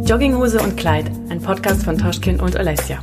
Jogginghose und Kleid, ein Podcast von Toschkin und Olesja.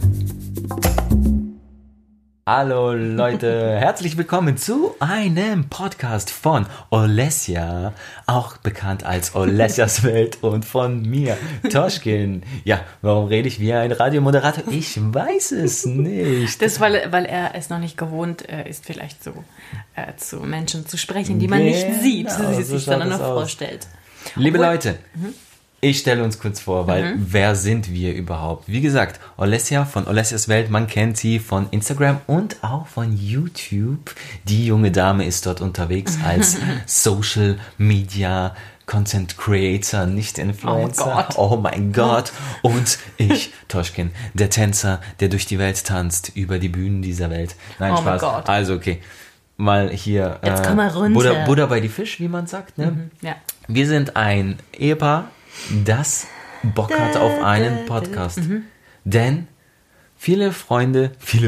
Hallo Leute, herzlich willkommen zu einem Podcast von Olesja, auch bekannt als Olesjas Welt, und von mir, Toschkin. Ja, warum rede ich wie ein Radiomoderator? Ich weiß es nicht. Das, weil er es noch nicht gewohnt ist, vielleicht so zu Menschen zu sprechen, die man nicht sieht, sondern nur vorstellt. Liebe Leute, ich stelle uns kurz vor, weil wer sind wir überhaupt? Wie gesagt, Olesja von Olesjas Welt, man kennt sie von Instagram und auch von YouTube. Die junge Dame ist dort unterwegs als Social Media Content Creator, nicht Influencer. Oh mein Gott. Und ich, Toschkin, der Tänzer, der durch die Welt tanzt, über die Bühnen dieser Welt. Nein, Spaß. Mein Gott. Also okay, mal hier jetzt komm mal runter. Buddha bei die Fisch, wie man sagt. Ne? Ja. Wir sind ein Ehepaar, das Bock hat auf einen Podcast. Denn viele Freunde,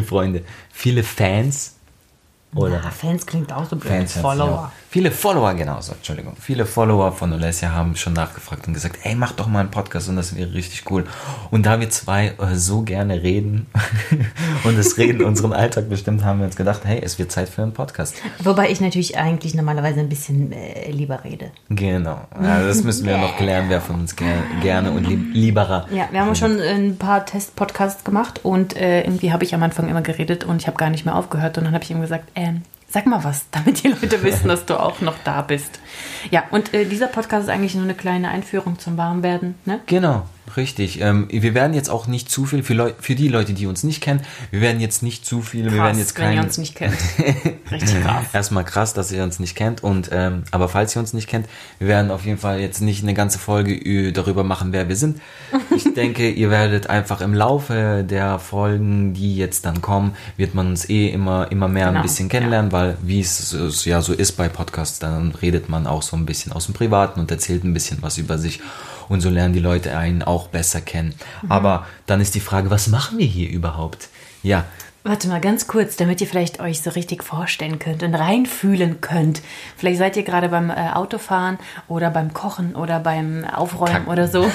viele Fans, oder Fans klingt auch so blöd. Follower. Ja. Viele Follower, genau so, Entschuldigung. Viele Follower von Olesja haben schon nachgefragt und gesagt, ey, mach doch mal einen Podcast und das wäre richtig cool. Und da wir zwei so gerne reden und das Reden unseren Alltag bestimmt, haben wir uns gedacht, hey, es wird Zeit für einen Podcast. Wobei ich natürlich eigentlich normalerweise ein bisschen lieber rede. Genau, ja, das müssen wir noch klären, wer von uns gerne und lieberer. Ja, wir haben schon ein paar Test-Podcasts gemacht und irgendwie habe ich am Anfang immer geredet und ich habe gar nicht mehr aufgehört und dann habe ich ihm gesagt, sag mal was, damit die Leute wissen, dass du auch noch da bist. Ja, und dieser Podcast ist eigentlich nur eine kleine Einführung zum Warmwerden, ne? Genau, richtig. Wir werden jetzt auch nicht zu viel, für die Leute, die uns nicht kennen, wir werden jetzt nicht zu viel, wir werden jetzt wenn ihr uns nicht kennt. Richtig krass. Erstmal krass, dass ihr uns nicht kennt, und aber falls ihr uns nicht kennt, wir werden auf jeden Fall jetzt nicht eine ganze Folge darüber machen, wer wir sind. Ich denke, ihr werdet einfach im Laufe der Folgen, die jetzt dann kommen, wird man uns immer mehr ein bisschen kennenlernen, weil wie es ja so ist bei Podcasts, dann redet man auch so ein bisschen aus dem Privaten und erzählt ein bisschen was über sich. Und so lernen die Leute einen auch besser kennen. Aber dann ist die Frage, was machen wir hier überhaupt? Ja. Warte mal ganz kurz, damit ihr vielleicht euch so richtig vorstellen könnt und reinfühlen könnt. Vielleicht seid ihr gerade beim Autofahren oder beim Kochen oder beim Aufräumen oder so.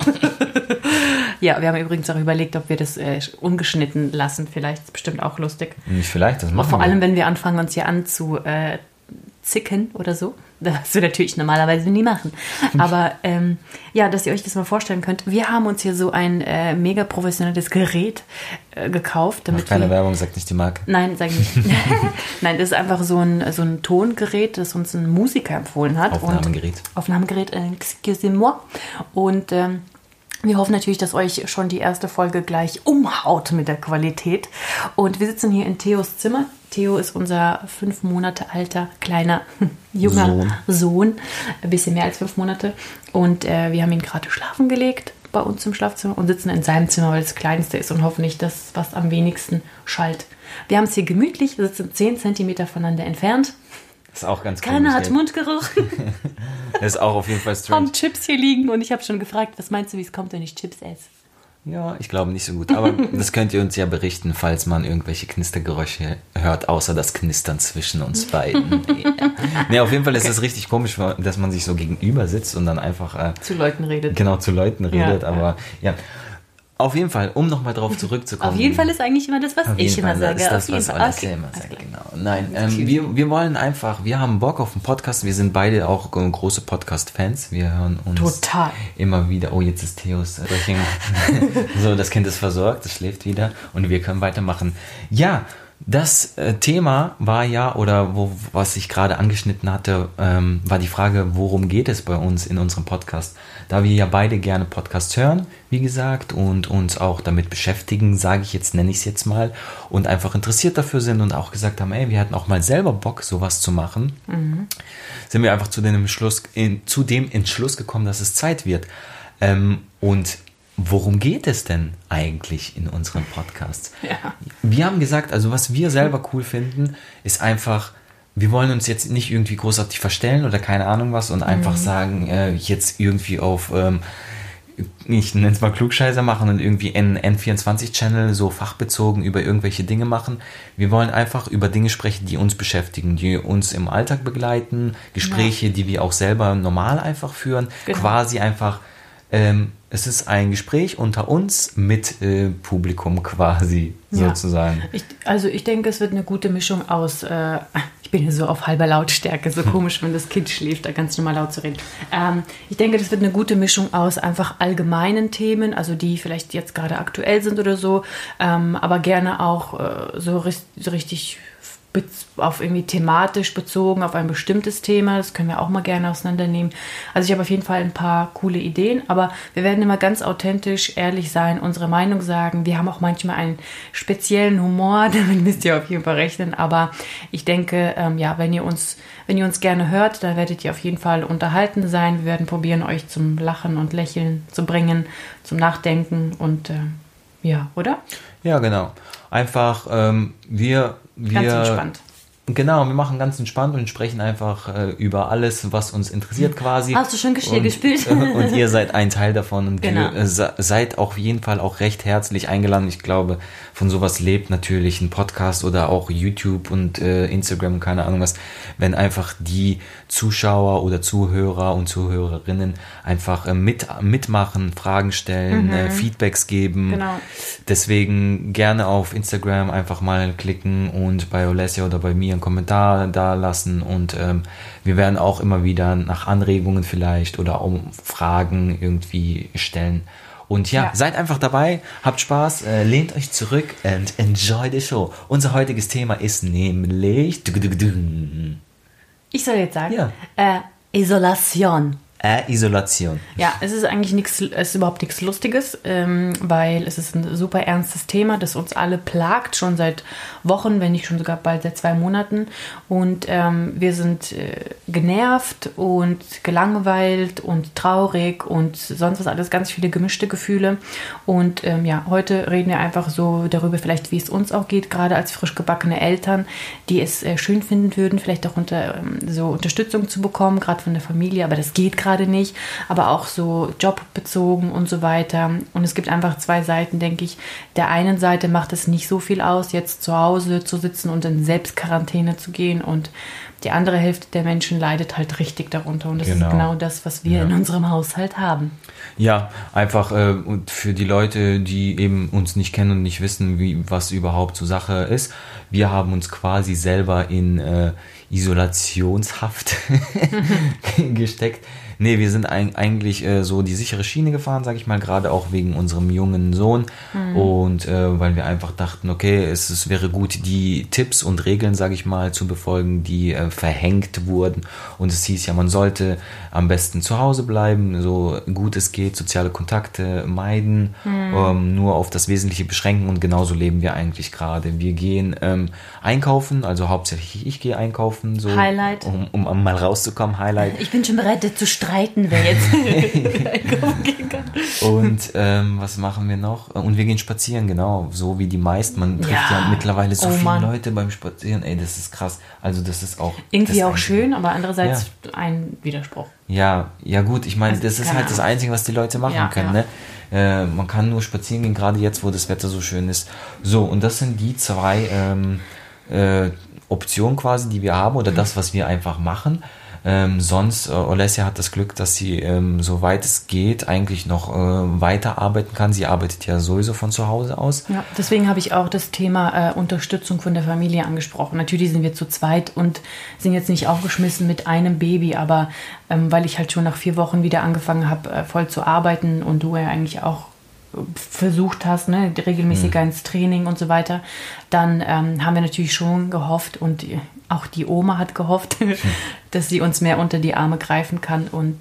Ja, wir haben übrigens auch überlegt, ob wir das ungeschnitten lassen. Vielleicht ist bestimmt auch lustig. Nicht vielleicht, das machen wir. Vor allem, wenn wir anfangen, uns hier anzuzicken oder so. Das wir natürlich normalerweise nie machen. Aber ja, dass ihr euch das mal vorstellen könnt. Wir haben uns hier so ein mega professionelles Gerät gekauft. Damit keine Werbung, sagt nicht die Marke. Nein, sag ich nicht. Nein, das ist einfach so ein Tongerät, das uns ein Musiker empfohlen hat. Aufnahmegerät, excusez-moi. Und wir hoffen natürlich, dass euch schon die erste Folge gleich umhaut mit der Qualität. Und wir sitzen hier in Theos Zimmer. Theo ist unser 5 Monate alter, kleiner, junger Sohn. Ein bisschen mehr als 5 Monate. Und wir haben ihn gerade schlafen gelegt bei uns im Schlafzimmer und sitzen in seinem Zimmer, weil das kleinste ist und hoffentlich das, was am wenigsten schallt. Wir haben es hier gemütlich. Wir sitzen 10 Zentimeter voneinander entfernt. Das ist auch ganz cool. Keiner hat Mundgeruch. Das ist auch auf jeden Fall strange. Haben Chips hier liegen und ich habe schon gefragt, was meinst du, wie es kommt, wenn ich Chips esse? Ja, ich glaube nicht so gut. Aber das könnt ihr uns ja berichten, falls man irgendwelche Knistergeräusche hört, außer das Knistern zwischen uns beiden. Nee, auf jeden Fall ist es richtig komisch, dass man sich so gegenüber sitzt und dann einfach zu Leuten redet. Genau, zu Leuten redet. Ja, aber ja. Auf jeden Fall, um nochmal drauf zurückzukommen. Auf jeden Fall ist eigentlich immer das, was ich immer sage. Das ist das, was Olesja immer sagt, genau. Nein, wir wollen einfach, wir haben Bock auf einen Podcast. Wir sind beide auch große Podcast-Fans. Wir hören uns immer wieder. Oh, jetzt ist Theos so, das Kind ist versorgt, es schläft wieder und wir können weitermachen. Ja, das Thema war ja, oder was ich gerade angeschnitten hatte, war die Frage, worum geht es bei uns in unserem Podcast? Da wir ja beide gerne Podcasts hören, wie gesagt, und uns auch damit beschäftigen, nenne ich es jetzt mal, und einfach interessiert dafür sind und auch gesagt haben, ey, wir hatten auch mal selber Bock, sowas zu machen, sind wir einfach zu dem Entschluss gekommen, dass es Zeit wird. Und worum geht es denn eigentlich in unseren Podcasts? Ja. Wir haben gesagt, also was wir selber cool finden, ist einfach, wir wollen uns jetzt nicht irgendwie großartig verstellen oder keine Ahnung was und einfach sagen, jetzt irgendwie auf, ich nenne es mal Klugscheißer machen und irgendwie einen N24-Channel so fachbezogen über irgendwelche Dinge machen. Wir wollen einfach über Dinge sprechen, die uns beschäftigen, die uns im Alltag begleiten, Gespräche, die wir auch selber normal einfach führen, quasi einfach es ist ein Gespräch unter uns mit Publikum quasi, sozusagen. Ich denke, es wird eine gute Mischung aus, ich bin hier so auf halber Lautstärke, so komisch, wenn das Kind schläft, da ganz normal laut zu reden. Ich denke, das wird eine gute Mischung aus einfach allgemeinen Themen, also die vielleicht jetzt gerade aktuell sind oder so, aber gerne auch so richtig auf irgendwie thematisch bezogen auf ein bestimmtes Thema. Das können wir auch mal gerne auseinandernehmen. Also ich habe auf jeden Fall ein paar coole Ideen, aber wir werden immer ganz authentisch, ehrlich sein, unsere Meinung sagen. Wir haben auch manchmal einen speziellen Humor, damit müsst ihr auf jeden Fall rechnen, aber ich denke, wenn ihr uns gerne hört, dann werdet ihr auf jeden Fall unterhalten sein. Wir werden probieren, euch zum Lachen und Lächeln zu bringen, zum Nachdenken und oder? Ja, genau. Einfach, wir ganz entspannt. Genau, wir machen ganz entspannt und sprechen einfach über alles, was uns interessiert quasi. Hast du schon Geschirr gespielt? Und ihr seid ein Teil davon und seid auf jeden Fall auch recht herzlich eingeladen. Ich glaube, von sowas lebt natürlich ein Podcast oder auch YouTube und Instagram, keine Ahnung was, wenn einfach die Zuschauer oder Zuhörer und Zuhörerinnen einfach mitmachen, Fragen stellen, Feedbacks geben. Genau. Deswegen gerne auf Instagram einfach mal klicken und bei Olesja oder bei mir einen Kommentar da lassen und wir werden auch immer wieder nach Anregungen vielleicht oder um Fragen irgendwie stellen. Und seid einfach dabei, habt Spaß, lehnt euch zurück and enjoy the show. Unser heutiges Thema ist nämlich... Ich soll jetzt sagen, Isolation. Isolation. Ja, es ist eigentlich es ist überhaupt nichts Lustiges, weil es ist ein super ernstes Thema, das uns alle plagt, schon seit Wochen, wenn nicht schon sogar bald seit 2 Monaten. Und wir sind genervt und gelangweilt und traurig und sonst was alles, ganz viele gemischte Gefühle. Und heute reden wir einfach so darüber, vielleicht wie es uns auch geht, gerade als frisch gebackene Eltern, die es schön finden würden, vielleicht auch so Unterstützung zu bekommen, gerade von der Familie, aber das geht gerade nicht, aber auch so jobbezogen und so weiter. Und es gibt einfach 2 Seiten, denke ich. Der einen Seite macht es nicht so viel aus, jetzt zu Hause zu sitzen und in Selbstquarantäne zu gehen, und die andere Hälfte der Menschen leidet halt richtig darunter, und das ist genau das, was wir in unserem Haushalt haben. Ja, einfach und für die Leute, die eben uns nicht kennen und nicht wissen, was überhaupt zur Sache ist, wir haben uns quasi selber in Isolationshaft gesteckt. Nee, wir sind eigentlich so die sichere Schiene gefahren, sage ich mal, gerade auch wegen unserem jungen Sohn. Und weil wir einfach dachten, okay, es wäre gut, die Tipps und Regeln, sage ich mal, zu befolgen, die verhängt wurden. Und es hieß ja, man sollte am besten zu Hause bleiben, so gut es geht, soziale Kontakte meiden, nur auf das Wesentliche beschränken, und genauso leben wir eigentlich gerade. Wir gehen einkaufen, also hauptsächlich ich gehe einkaufen, so Highlight. Um mal rauszukommen, Highlight. Ich bin schon bereit zu streiten, wer jetzt einkaufen gehen kann. Und was machen wir noch? Und wir gehen spazieren, genau, so wie die meisten. Man trifft ja mittlerweile so viele Leute beim Spazieren. Ey, das ist krass. Also das ist auch... Irgendwie auch schön, aber andererseits ein Widerspruch. Ja, gut, ich meine, das ist halt das Einzige, was die Leute machen können, ne? Man kann nur spazieren gehen, gerade jetzt, wo das Wetter so schön ist. So, und das sind die 2 Optionen quasi, die wir haben, oder das, was wir einfach machen. Sonst, Olesja hat das Glück, dass sie, soweit es geht, eigentlich noch weiterarbeiten kann. Sie arbeitet ja sowieso von zu Hause aus. Ja, deswegen habe ich auch das Thema Unterstützung von der Familie angesprochen. Natürlich sind wir zu zweit und sind jetzt nicht aufgeschmissen mit einem Baby, aber weil ich halt schon nach 4 Wochen wieder angefangen habe, voll zu arbeiten, und du ja eigentlich auch versucht hast, ne, regelmäßiger ins Training und so weiter, dann haben wir natürlich schon gehofft, und auch die Oma hat gehofft, dass sie uns mehr unter die Arme greifen kann, und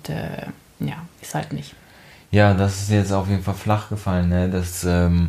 ist halt nicht. Ja, das ist jetzt auf jeden Fall flach gefallen, ne? Das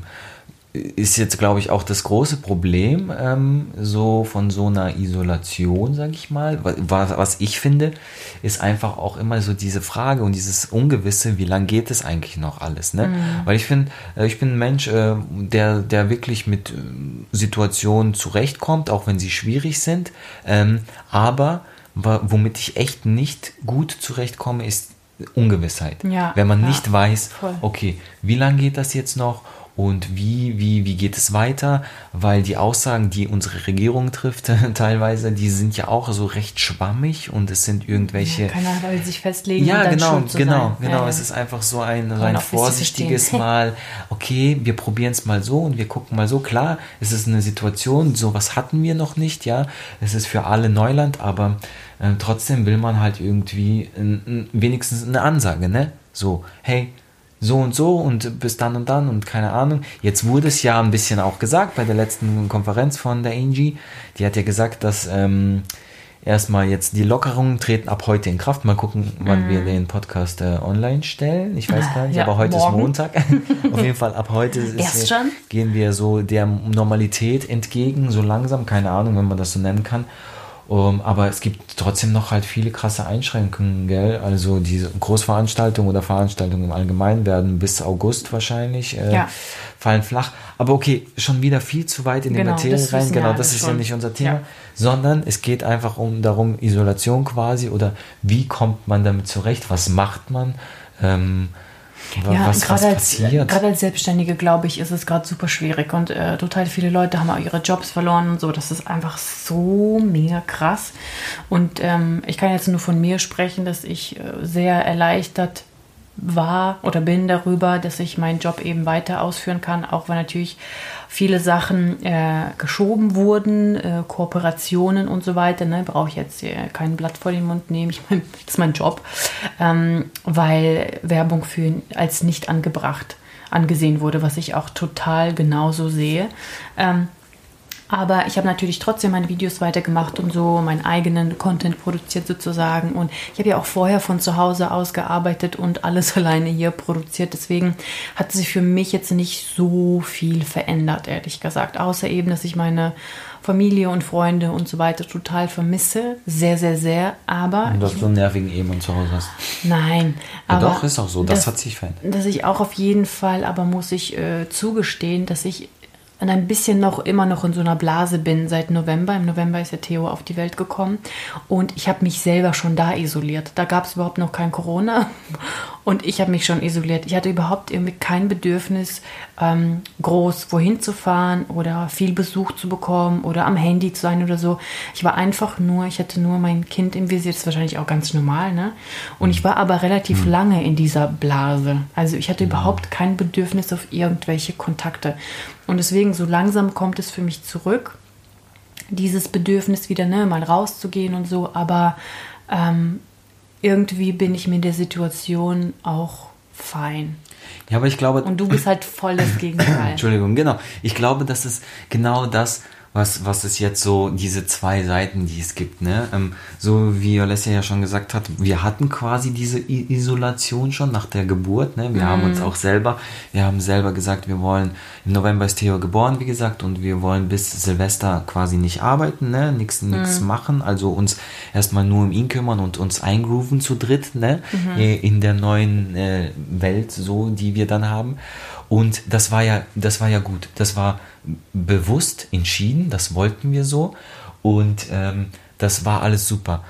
ist jetzt, glaube ich, auch das große Problem so von so einer Isolation, sage ich mal. Was ich finde, ist einfach auch immer so diese Frage und dieses Ungewisse, wie lange geht es eigentlich noch alles, ne? Weil ich finde, ich bin ein Mensch, der wirklich mit Situationen zurechtkommt, auch wenn sie schwierig sind, aber womit ich echt nicht gut zurechtkomme, ist Ungewissheit. Ja, wenn man nicht weiß, okay, wie lange geht das jetzt noch? und wie geht es weiter, weil die Aussagen, die unsere Regierung trifft, teilweise, die sind ja auch so recht schwammig und es sind irgendwelche... Keiner will sich festlegen. Ja, genau. Es ist einfach so ein vorsichtiges Mal, okay, wir probieren es mal so und wir gucken mal so. Klar, es ist eine Situation, sowas hatten wir noch nicht, ja. Es ist für alle Neuland, aber trotzdem will man halt irgendwie wenigstens eine Ansage, ne? So, hey, so und bis dann und keine Ahnung. Jetzt wurde es ja ein bisschen auch gesagt bei der letzten Konferenz von der Angie. Die hat ja gesagt, dass erstmal jetzt die Lockerungen treten ab heute in Kraft. Mal gucken, wann wir den Podcast online stellen. Ich weiß gar nicht, aber heute morgen. Ist Montag. Auf jeden Fall ab heute gehen wir so der Normalität entgegen, so langsam, keine Ahnung, wenn man das so nennen kann. Aber es gibt trotzdem noch halt viele krasse Einschränkungen, gell? Also diese Großveranstaltungen oder Veranstaltungen im Allgemeinen werden bis August wahrscheinlich fallen flach. Aber okay, schon wieder viel zu weit in die Materie rein. Genau, das ist ja nicht unser Thema. Ja. Sondern es geht einfach darum, Isolation quasi, oder wie kommt man damit zurecht? Was macht man? Was passiert? Gerade als Selbstständige, glaube ich, ist es gerade super schwierig und total viele Leute haben auch ihre Jobs verloren und so. Das ist einfach so mega krass. Und ich kann jetzt nur von mir sprechen, dass ich sehr erleichtert war oder bin darüber, dass ich meinen Job eben weiter ausführen kann, auch wenn natürlich viele Sachen geschoben wurden, Kooperationen und so weiter. Ne? Brauche ich jetzt kein Blatt vor den Mund nehmen. Ich meine, das ist mein Job, weil Werbung für ihn als nicht angebracht angesehen wurde, was ich auch total genauso sehe. Aber ich habe natürlich trotzdem meine Videos weitergemacht und so, meinen eigenen Content produziert sozusagen. Und ich habe ja auch vorher von zu Hause aus gearbeitet und alles alleine hier produziert. Deswegen hat sich für mich jetzt nicht so viel verändert, ehrlich gesagt. Außer eben, dass ich meine Familie und Freunde und so weiter total vermisse. Sehr, sehr, sehr. Aber und dass du einen nervigen Ehemann zu Hause hast. Nein. Ja, aber doch, ist auch so. Das hat sich verändert. Dass ich auch auf jeden Fall, aber muss ich zugestehen, dass ich ein bisschen immer noch in so einer Blase bin seit November. Im November ist ja Theo auf die Welt gekommen und ich habe mich selber schon da isoliert. Da gab es überhaupt noch kein Corona und ich habe mich schon isoliert. Ich hatte überhaupt irgendwie kein Bedürfnis, groß wohin zu fahren oder viel Besuch zu bekommen oder am Handy zu sein oder so. Ich hatte nur mein Kind im Visier. Das ist wahrscheinlich auch ganz normal, ne? Und ich war aber relativ lange in dieser Blase. Also ich hatte überhaupt kein Bedürfnis auf irgendwelche Kontakte. Und deswegen, so langsam kommt es für mich zurück, dieses Bedürfnis wieder, ne, mal rauszugehen und so. Aber irgendwie bin ich mir in der Situation auch fein. Ja, aber ich glaube... Und du bist halt voll das Gegenteil. Entschuldigung, genau. Ich glaube, das ist genau das, was es jetzt so, diese zwei Seiten, die es gibt, ne? So wie Alessia ja schon gesagt hat, wir hatten quasi diese Isolation schon nach der Geburt, ne? Wir haben selber gesagt, wir wollen, im November ist Theo geboren, wie gesagt, und wir wollen bis Silvester quasi nicht arbeiten, ne? Nichts machen, also uns erstmal nur um ihn kümmern und uns eingrooven zu dritt, ne? In der neuen Welt, so, die wir dann haben. Und das war ja gut. Das war bewusst entschieden, das wollten wir so. Und das war alles super.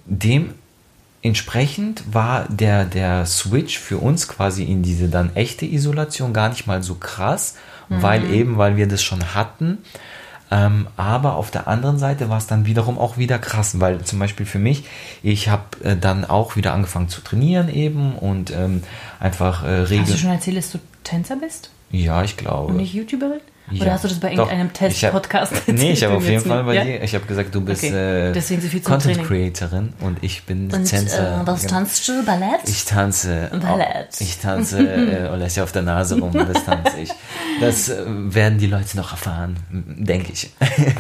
Dementsprechend war der Switch für uns quasi in diese dann echte Isolation gar nicht mal so krass, weil wir das schon hatten. Aber auf der anderen Seite war es dann wiederum auch wieder krass, weil zum Beispiel für mich, ich habe dann auch wieder angefangen zu trainieren eben und einfach regeln. Hast du schon erzählt, dass du Tänzer bist? Ja, ich glaube. Und nicht YouTuberin? Ja. Oder hast du das bei irgendeinem Test-Podcast erzählt? Nee, ich habe auf jeden Fall bei dir. Ich habe gesagt, du bist Content-Creatorin und ich bin Tänzer. Was tanzt du? Ballett? Ich tanze. Ballett. Ich tanze Alessia auf der Nase rum, das tanze ich. Das werden die Leute noch erfahren, denke ich.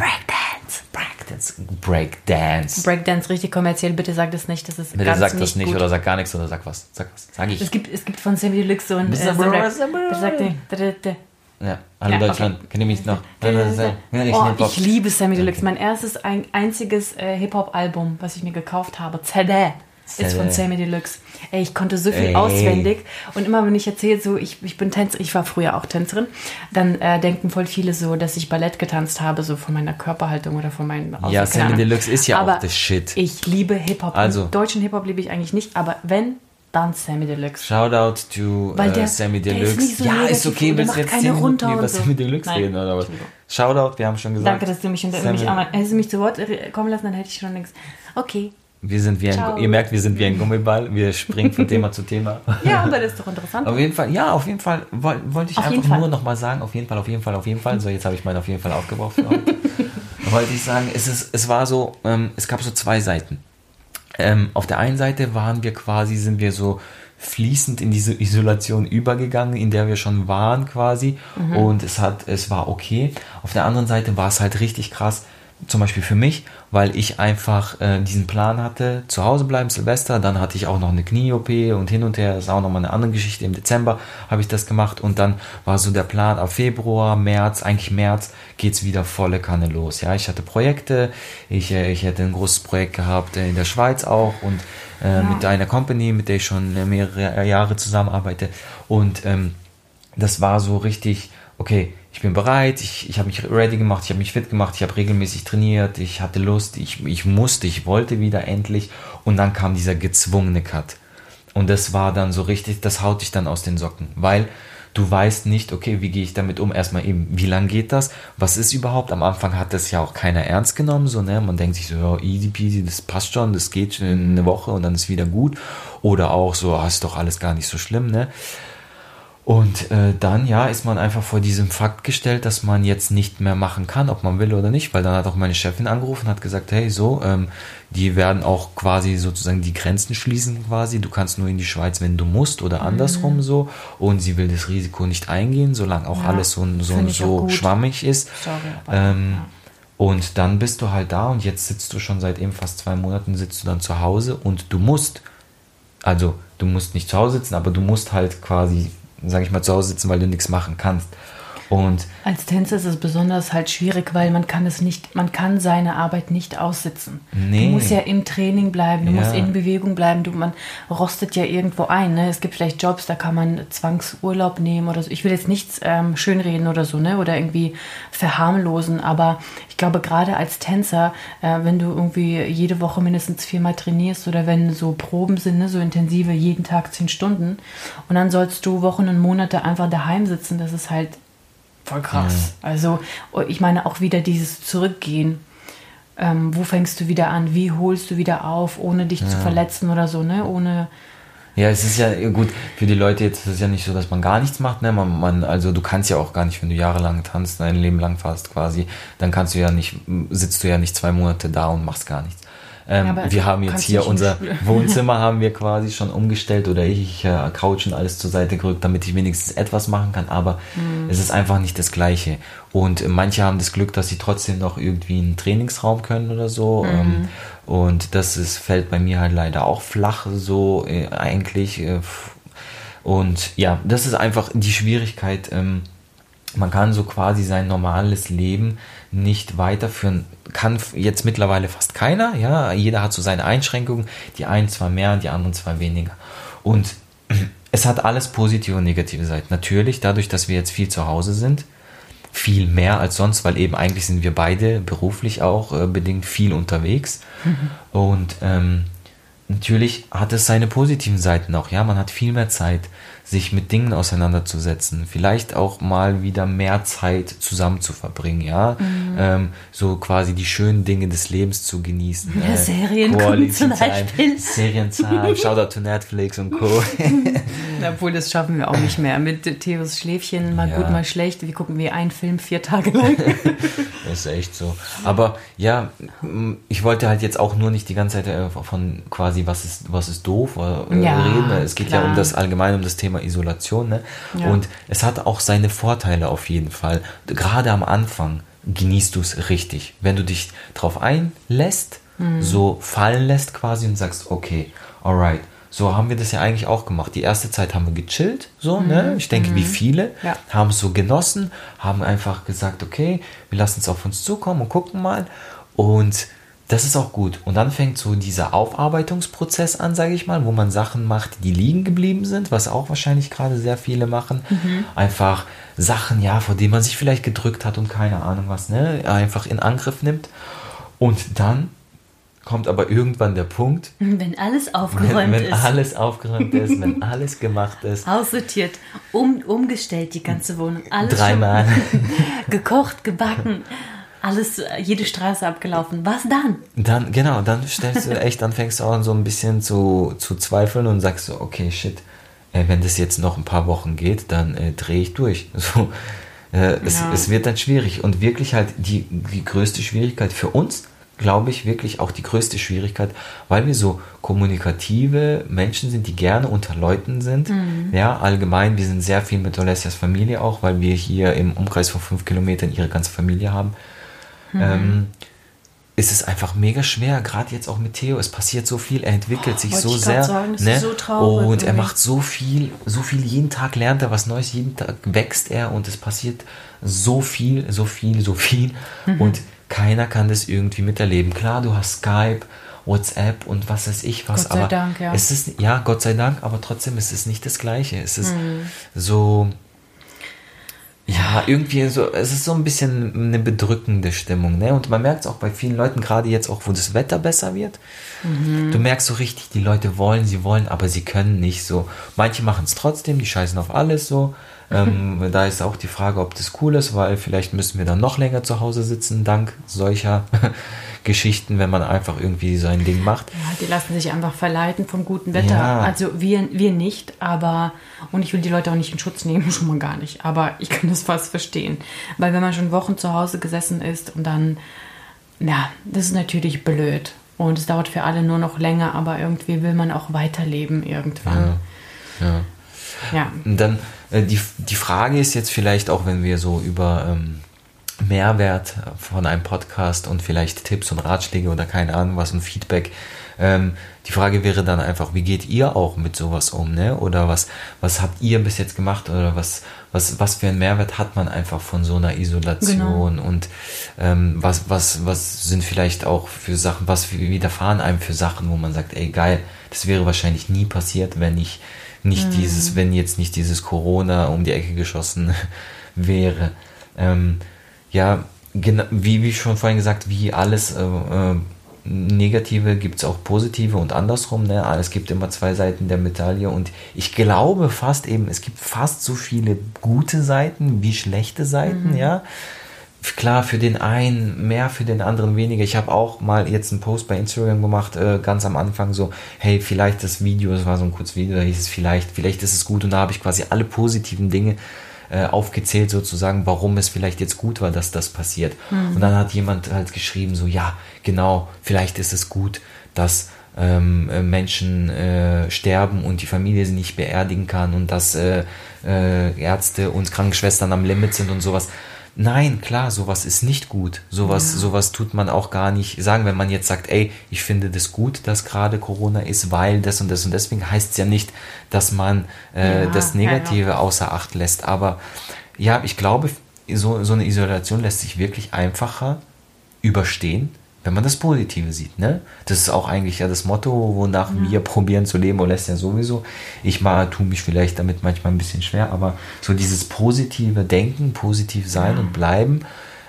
Breakdance. Breakdance, richtig kommerziell. Bitte sag das nicht. Das ist bitte ganz sag das nicht nicht gut. Oder sag gar nichts oder sag was. Sag ich. Es gibt von Sammy Deluxe so ein ja, hallo Deutschland, okay. Kennt ihr mich noch? Ich liebe Sammy Deluxe. Mein erstes, einziges Hip-Hop-Album, was ich mir gekauft habe, CD, ist von Sammy Deluxe. Ey, ich konnte so viel auswendig. Und immer, wenn ich erzähle, so, ich bin Tänzerin, ich war früher auch Tänzerin, dann denken voll viele so, dass ich Ballett getanzt habe, so von meiner Körperhaltung oder von meinen Aussehen. Ja, Sammy Deluxe ist ja aber auch das Shit. Ich liebe Hip-Hop. Also. Deutschen Hip-Hop liebe ich eigentlich nicht, aber wenn dann Sammy Deluxe. Shoutout to Sammy Deluxe. Ist so ist okay, willst du jetzt 10 Minuten über Sammy Deluxe reden oder was? Shoutout, wir haben schon gesagt. Danke, dass du mich hättest du mich zu Wort kommen lassen, dann hätte ich schon nichts. Okay. Ihr merkt, wir sind wie ein Gummiball. Wir springen von Thema zu Thema. Ja, aber das ist doch interessant. Auf jeden Fall wollte ich einfach nur nochmal sagen, auf jeden Fall. So, jetzt habe ich meinen auf jeden Fall aufgebraucht für heute. Wollte ich sagen, es war so, es gab so 2 Seiten. Auf der einen Seite sind wir so fließend in diese Isolation übergegangen, in der wir schon waren quasi. Und es war okay. Auf der anderen Seite war es halt richtig krass, zum Beispiel für mich, weil ich einfach diesen Plan hatte, zu Hause bleiben, Silvester, dann hatte ich auch noch eine Knie-OP und hin und her, das ist auch nochmal eine andere Geschichte, im Dezember habe ich das gemacht und dann war so der Plan, ab Februar, März geht's wieder volle Kanne los, ja, ich hatte Projekte, ich hätte ein großes Projekt gehabt in der Schweiz auch und mit einer Company, mit der ich schon mehrere Jahre zusammenarbeite und das war so richtig, okay, ich bin bereit, ich habe mich ready gemacht, ich habe mich fit gemacht, ich habe regelmäßig trainiert, ich hatte Lust, ich wollte wieder endlich und dann kam dieser gezwungene Cut. Und das war dann so richtig, das haut dich dann aus den Socken, weil du weißt nicht, okay, wie gehe ich damit um? Erstmal eben, wie lang geht das? Was ist überhaupt? Am Anfang hat das ja auch keiner ernst genommen, so, ne? Man denkt sich so, ja, easy peasy, das passt schon, das geht schon in eine Woche und dann ist wieder gut. Oder auch so, ist doch alles gar nicht so schlimm, ne? Und dann, ist man einfach vor diesem Fakt gestellt, dass man jetzt nicht mehr machen kann, ob man will oder nicht, weil dann hat auch meine Chefin angerufen und hat gesagt, hey, die werden auch quasi sozusagen die Grenzen schließen quasi, du kannst nur in die Schweiz, wenn du musst oder andersrum so und sie will das Risiko nicht eingehen, solange auch alles so schwammig ist. Und dann bist du halt da und jetzt sitzt du schon seit eben fast 2 Monaten, sitzt du dann zu Hause und du musst nicht zu Hause sitzen, aber du musst halt quasi, sage ich mal, zu Hause sitzen, weil du nichts machen kannst. Und als Tänzer ist es besonders halt schwierig, weil man kann seine Arbeit nicht aussitzen. Nee. Du musst ja im Training bleiben, du musst in Bewegung bleiben, man rostet ja irgendwo ein. Ne? Es gibt vielleicht Jobs, da kann man Zwangsurlaub nehmen oder so. Ich will jetzt nichts schönreden oder so, ne? Oder irgendwie verharmlosen, aber ich glaube, gerade als Tänzer, wenn du irgendwie jede Woche mindestens 4-mal trainierst oder wenn so Proben sind, ne? So intensive, jeden Tag 10 Stunden und dann sollst du Wochen und Monate einfach daheim sitzen, das ist halt voll krass. Ja. Also ich meine auch wieder dieses Zurückgehen. Wo fängst du wieder an? Wie holst du wieder auf, ohne dich zu verletzen oder so, ne? Ohne. Ja, es ist ja gut, für die Leute jetzt ist es ja nicht so, dass man gar nichts macht, ne? Also du kannst ja auch gar nicht, wenn du jahrelang tanzt, dein Leben lang fast quasi, dann sitzt du ja nicht 2 Monate da und machst gar nichts. Wir haben jetzt hier unser Wohnzimmer haben wir quasi schon umgestellt oder ich Couch und alles zur Seite gerückt, damit ich wenigstens etwas machen kann, aber es ist einfach nicht das Gleiche. Und manche haben das Glück, dass sie trotzdem noch irgendwie einen Trainingsraum können oder so. Und fällt bei mir halt leider auch flach so eigentlich. Und ja, das ist einfach die Schwierigkeit. Man kann so quasi sein normales Leben nicht weiterführen, kann jetzt mittlerweile fast keiner, ja, jeder hat so seine Einschränkungen, die einen zwar mehr und die anderen zwar weniger und es hat alles positive und negative Seiten. Natürlich, dadurch, dass wir jetzt viel zu Hause sind, viel mehr als sonst, weil eben eigentlich sind wir beide beruflich auch bedingt viel unterwegs und natürlich hat es seine positiven Seiten auch, ja, man hat viel mehr Zeit, sich mit Dingen auseinanderzusetzen, vielleicht auch mal wieder mehr Zeit zusammen zu verbringen, ja, so quasi die schönen Dinge des Lebens zu genießen. Ja, Serien gucken zum Beispiel. Serienzeit, Shoutout to Netflix und Co. Obwohl, das schaffen wir auch nicht mehr. Mit Theos Schläfchen, mal gut, mal schlecht. Wir gucken wie einen Film 4 Tage lang. Das ist echt so. Aber ja, ich wollte halt jetzt auch nur nicht die ganze Zeit von quasi, was ist doof reden. Es geht ja um das Thema Isolation, ne? Ja. Und es hat auch seine Vorteile auf jeden Fall. Gerade am Anfang genießt du es richtig. Wenn du dich drauf einlässt, so fallen lässt quasi und sagst, okay, alright. So haben wir das ja eigentlich auch gemacht. Die erste Zeit haben wir gechillt, so, ne? Ich denke, wie viele, haben es so genossen, haben einfach gesagt, okay, wir lassen es auf uns zukommen und gucken mal. Und das ist auch gut. Und dann fängt so dieser Aufarbeitungsprozess an, sage ich mal, wo man Sachen macht, die liegen geblieben sind, was auch wahrscheinlich gerade sehr viele machen. Einfach Sachen, vor denen man sich vielleicht gedrückt hat und keine Ahnung was, ne? Einfach in Angriff nimmt. Und dann kommt aber irgendwann der Punkt, wenn alles aufgeräumt ist. Wenn alles aufgeräumt ist, wenn alles gemacht ist. Aussortiert, umgestellt die ganze Wohnung. Alles 3-mal. Gekocht, gebacken, alles, jede Straße abgelaufen. Was dann? Dann fängst du auch so ein bisschen zu zweifeln und sagst so, okay, shit, wenn das jetzt noch ein paar Wochen geht, dann drehe ich durch. So, es wird dann schwierig und wirklich halt die größte Schwierigkeit für uns, glaube ich, wirklich auch die größte Schwierigkeit, weil wir so kommunikative Menschen sind, die gerne unter Leuten sind. Ja, allgemein, wir sind sehr viel mit Olesias Familie auch, weil wir hier im Umkreis von 5 Kilometern ihre ganze Familie haben. Ist es einfach mega schwer, gerade jetzt auch mit Theo, es passiert so viel, er entwickelt sich so sehr. Das ist so traurig. Und er macht so viel, jeden Tag lernt er was Neues, jeden Tag wächst er und es passiert so viel. Und keiner kann das irgendwie miterleben. Klar, du hast Skype, WhatsApp und was weiß ich was. Gott sei Dank, ja. Es ist, ja, Gott sei Dank, aber trotzdem ist es nicht das Gleiche. Es ist so, ja, irgendwie so, es ist so ein bisschen eine bedrückende Stimmung, ne? Und man merkt es auch bei vielen Leuten, gerade jetzt auch, wo das Wetter besser wird. Du merkst so richtig, die Leute sie wollen, aber sie können nicht so. Manche machen es trotzdem, die scheißen auf alles so. Da ist auch die Frage, ob das cool ist, weil vielleicht müssen wir dann noch länger zu Hause sitzen, dank solcher Geschichten, wenn man einfach irgendwie sein Ding macht. Ja, die lassen sich einfach verleiten vom guten Wetter. Ja. Also wir nicht, aber, und ich will die Leute auch nicht in Schutz nehmen, schon mal gar nicht, aber ich kann das fast verstehen. Weil wenn man schon Wochen zu Hause gesessen ist und dann, ja, das ist natürlich blöd. Und es dauert für alle nur noch länger, aber irgendwie will man auch weiterleben irgendwann. Ja. Und dann die Frage ist jetzt vielleicht auch, wenn wir so über Mehrwert von einem Podcast und vielleicht Tipps und Ratschläge oder keine Ahnung was und Feedback, die Frage wäre dann einfach, wie geht ihr auch mit sowas um, ne? Oder was habt ihr bis jetzt gemacht oder was für einen Mehrwert hat man einfach von so einer Isolation? Genau. Und was sind vielleicht auch für Sachen, was widerfahren einem für Sachen, wo man sagt, ey geil, das wäre wahrscheinlich nie passiert, wenn wenn jetzt nicht dieses Corona um die Ecke geschossen wäre. Ja, genau, wie schon vorhin gesagt, wie alles Negative gibt es auch positive und andersrum. Ne? Es gibt immer zwei Seiten der Medaille und ich glaube es gibt fast so viele gute Seiten wie schlechte Seiten, ja. Klar, für den einen mehr, für den anderen weniger. Ich habe auch mal jetzt einen Post bei Instagram gemacht, ganz am Anfang so, hey, vielleicht das war so ein Kurzvideo, da hieß es vielleicht ist es gut und da habe ich quasi alle positiven Dinge aufgezählt sozusagen, warum es vielleicht jetzt gut war, dass das passiert. Und dann hat jemand halt geschrieben so, ja, genau, vielleicht ist es gut, dass Menschen sterben und die Familie sie nicht beerdigen kann und dass Ärzte und Krankenschwestern am Limit sind und sowas. Nein, klar, sowas ist nicht gut. Sowas tut man auch gar nicht sagen, wenn man jetzt sagt, ey, ich finde das gut, dass gerade Corona ist, weil das und das und deswegen heißt es ja nicht, dass man das Negative außer Acht lässt. Aber ja, ich glaube, so eine Isolation lässt sich wirklich einfacher überstehen, wenn man das Positive sieht, ne? Das ist auch eigentlich ja das Motto, wonach wir probieren zu leben, oder lässt ja sowieso. Ich tue mich vielleicht damit manchmal ein bisschen schwer, aber so dieses positive Denken, positiv sein und bleiben,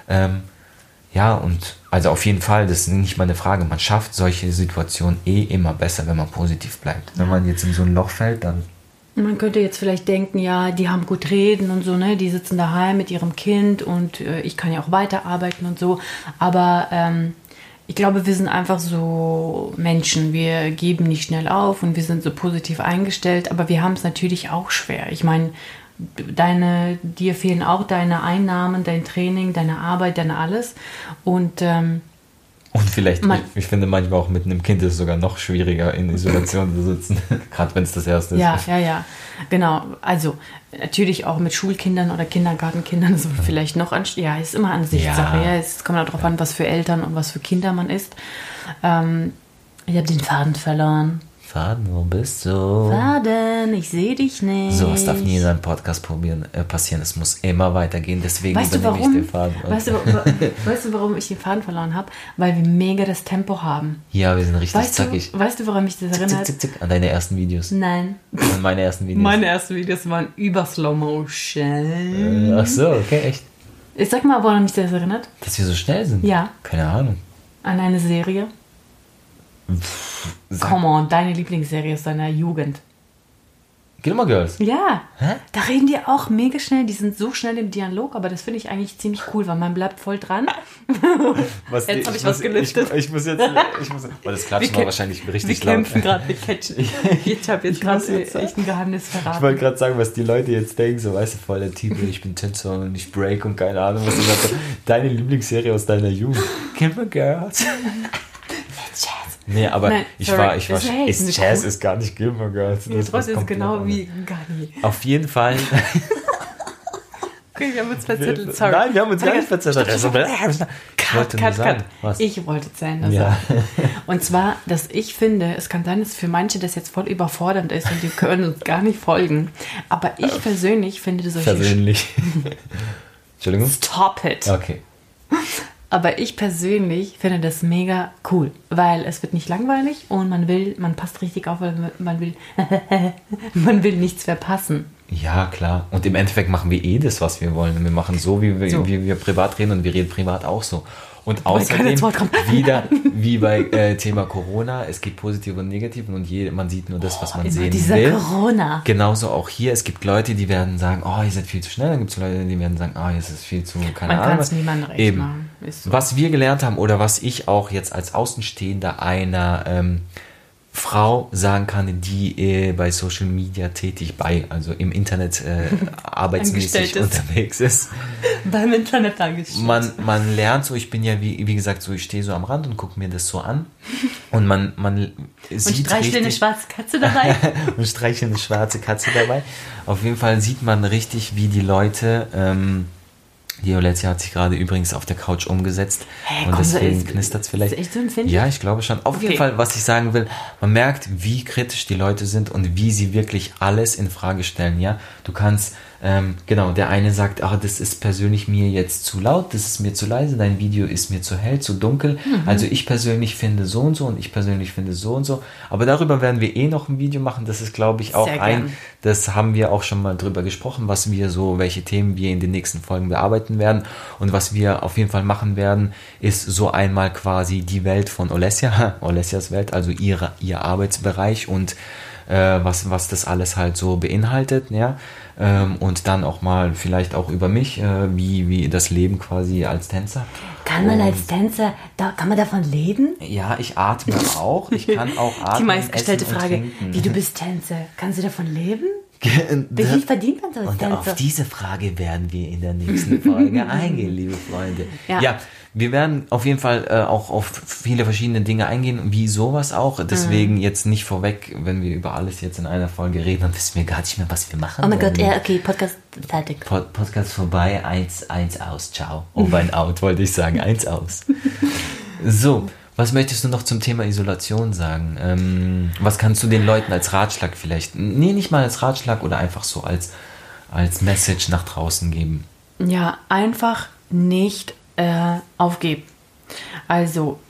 und also auf jeden Fall, das ist nicht mal eine Frage, man schafft solche Situationen immer besser, wenn man positiv bleibt. Wenn man jetzt in so ein Loch fällt, dann... Man könnte jetzt vielleicht denken, ja, die haben gut reden und so, ne? Die sitzen daheim mit ihrem Kind und ich kann ja auch weiterarbeiten und so, aber... ich glaube, wir sind einfach so Menschen. Wir geben nicht schnell auf und wir sind so positiv eingestellt, aber wir haben es natürlich auch schwer. Ich meine, dir fehlen auch deine Einnahmen, dein Training, deine Arbeit, dein alles. Und vielleicht, ich finde manchmal auch mit einem Kind ist es sogar noch schwieriger, in Isolation zu sitzen, gerade wenn es das erste ist. Ja, genau. Also natürlich auch mit Schulkindern oder Kindergartenkindern ist vielleicht noch ist immer Ansichtssache. Ja. Es kommt auch darauf an, was für Eltern und was für Kinder man ist. Ich habe den Faden verloren. Faden, wo bist du? Faden, ich sehe dich nicht. Sowas darf nie in einem Podcast passieren. Es muss immer weitergehen, deswegen übernehme ich den Faden. Weißt du, warum ich den Faden verloren habe? Weil wir mega das Tempo haben. Ja, wir sind richtig zackig. Weißt du, woran mich das erinnert? Zick. An deine ersten Videos. Nein. An meine ersten Videos. Meine ersten Videos waren über Slow Motion. Ach so, okay, echt. Sag mal, woran mich das erinnert? Dass wir so schnell sind? Ja. Keine Ahnung. An eine Serie. Come on, deine Lieblingsserie aus deiner Jugend. Gilmore Girls? Ja. Hä? Da reden die auch mega schnell. Die sind so schnell im Dialog, aber das finde ich eigentlich ziemlich cool, weil man bleibt voll dran. Jetzt habe ich was gelüftet. Ich muss das klatschen war wahrscheinlich richtig laut. Wir kämpfen gerade mit Catchen. Ich habe jetzt gerade echt ein Geheimnis verraten. Ich wollte gerade sagen, was die Leute jetzt denken, so weißt du, voll der Titel, ich bin Tänzer und ich break und keine Ahnung, was du sagst. Deine Lieblingsserie aus deiner Jugend. Gilmore Girls. Nee, aber Nein, Jazz ist gar nicht Gilmore Girls. Das ist genau wie Gani. Auf jeden Fall. Okay, wir haben uns verzettelt, sorry. Nein, wir haben uns gar nicht verzettelt. Ich wollte zu Ende sagen. Und zwar, dass ich finde, es kann sein, dass für manche das jetzt voll überfordernd ist und die können uns gar nicht folgen. Aber ich persönlich finde solche... Entschuldigung? Stop it. Okay. Aber ich persönlich finde das mega cool, weil es wird nicht langweilig und man passt richtig auf, weil man will nichts verpassen. Ja, klar. Und im Endeffekt machen wir das, was wir wollen. Wir machen so, wie wir privat reden und wir reden privat auch so. Und außerdem wieder wie bei Thema Corona, es gibt positive und negative und man sieht nur das, was man sehen will. Corona. Genauso auch hier. Es gibt Leute, die werden sagen, oh, ihr seid viel zu schnell. Dann gibt es Leute, die werden sagen, oh, jetzt ist viel zu, keine Ahnung. Man kann es niemandem recht machen. So. Was wir gelernt haben oder was ich auch jetzt als Außenstehender einer Frau sagen kann, die bei Social Media also im Internet arbeitsmäßig unterwegs ist. Beim Internet angestellt. Man lernt so, ich bin ja wie gesagt so, ich stehe so am Rand und gucke mir das so an und man sieht und streichle eine schwarze Katze dabei. Und streichle eine schwarze Katze dabei. Auf jeden Fall sieht man richtig, wie die Leute... Die Olesia hat sich gerade übrigens auf der Couch umgesetzt und deswegen knistert es vielleicht. Ist echt so empfindlich? Ja, ich glaube schon. Auf jeden Fall, was ich sagen will, man merkt, wie kritisch die Leute sind und wie sie wirklich alles in Frage stellen. Ja, du kannst, der eine sagt, das ist persönlich mir jetzt zu laut, das ist mir zu leise, dein Video ist mir zu hell, zu dunkel. Also ich persönlich finde so und so und ich persönlich finde so und so. Aber darüber werden wir noch ein Video machen. Das ist, glaube ich, auch das haben wir auch schon mal drüber gesprochen, welche Themen wir in den nächsten Folgen bearbeiten werden. Und was wir auf jeden Fall machen werden, ist so einmal quasi die Welt von Olesias Welt, also ihr Arbeitsbereich und was das alles halt so beinhaltet, ja. Und dann auch mal vielleicht auch über mich, wie das Leben quasi als Tänzer. Kann man als Tänzer, kann man davon leben? Ja, ich atme auch. Ich kann auch atmen. Die meistgestellte Frage, wie du bist Tänzer, kannst du davon leben? Wie viel verdient man so als Tänzer? Und auf diese Frage werden wir in der nächsten Folge eingehen, liebe Freunde. Ja, wir werden auf jeden Fall auch auf viele verschiedene Dinge eingehen, wie sowas auch. Deswegen jetzt nicht vorweg, wenn wir über alles jetzt in einer Folge reden, dann wissen wir gar nicht mehr, was wir machen. Oh mein Gott, ja, okay, Podcast fertig. Podcast vorbei, eins aus, ciao. Over and out, wollte ich sagen, 1 aus. So, was möchtest du noch zum Thema Isolation sagen? Was kannst du den Leuten als Ratschlag vielleicht, nicht mal als Ratschlag oder einfach so als Message nach draußen geben? Ja, einfach nicht aufgeben. Also,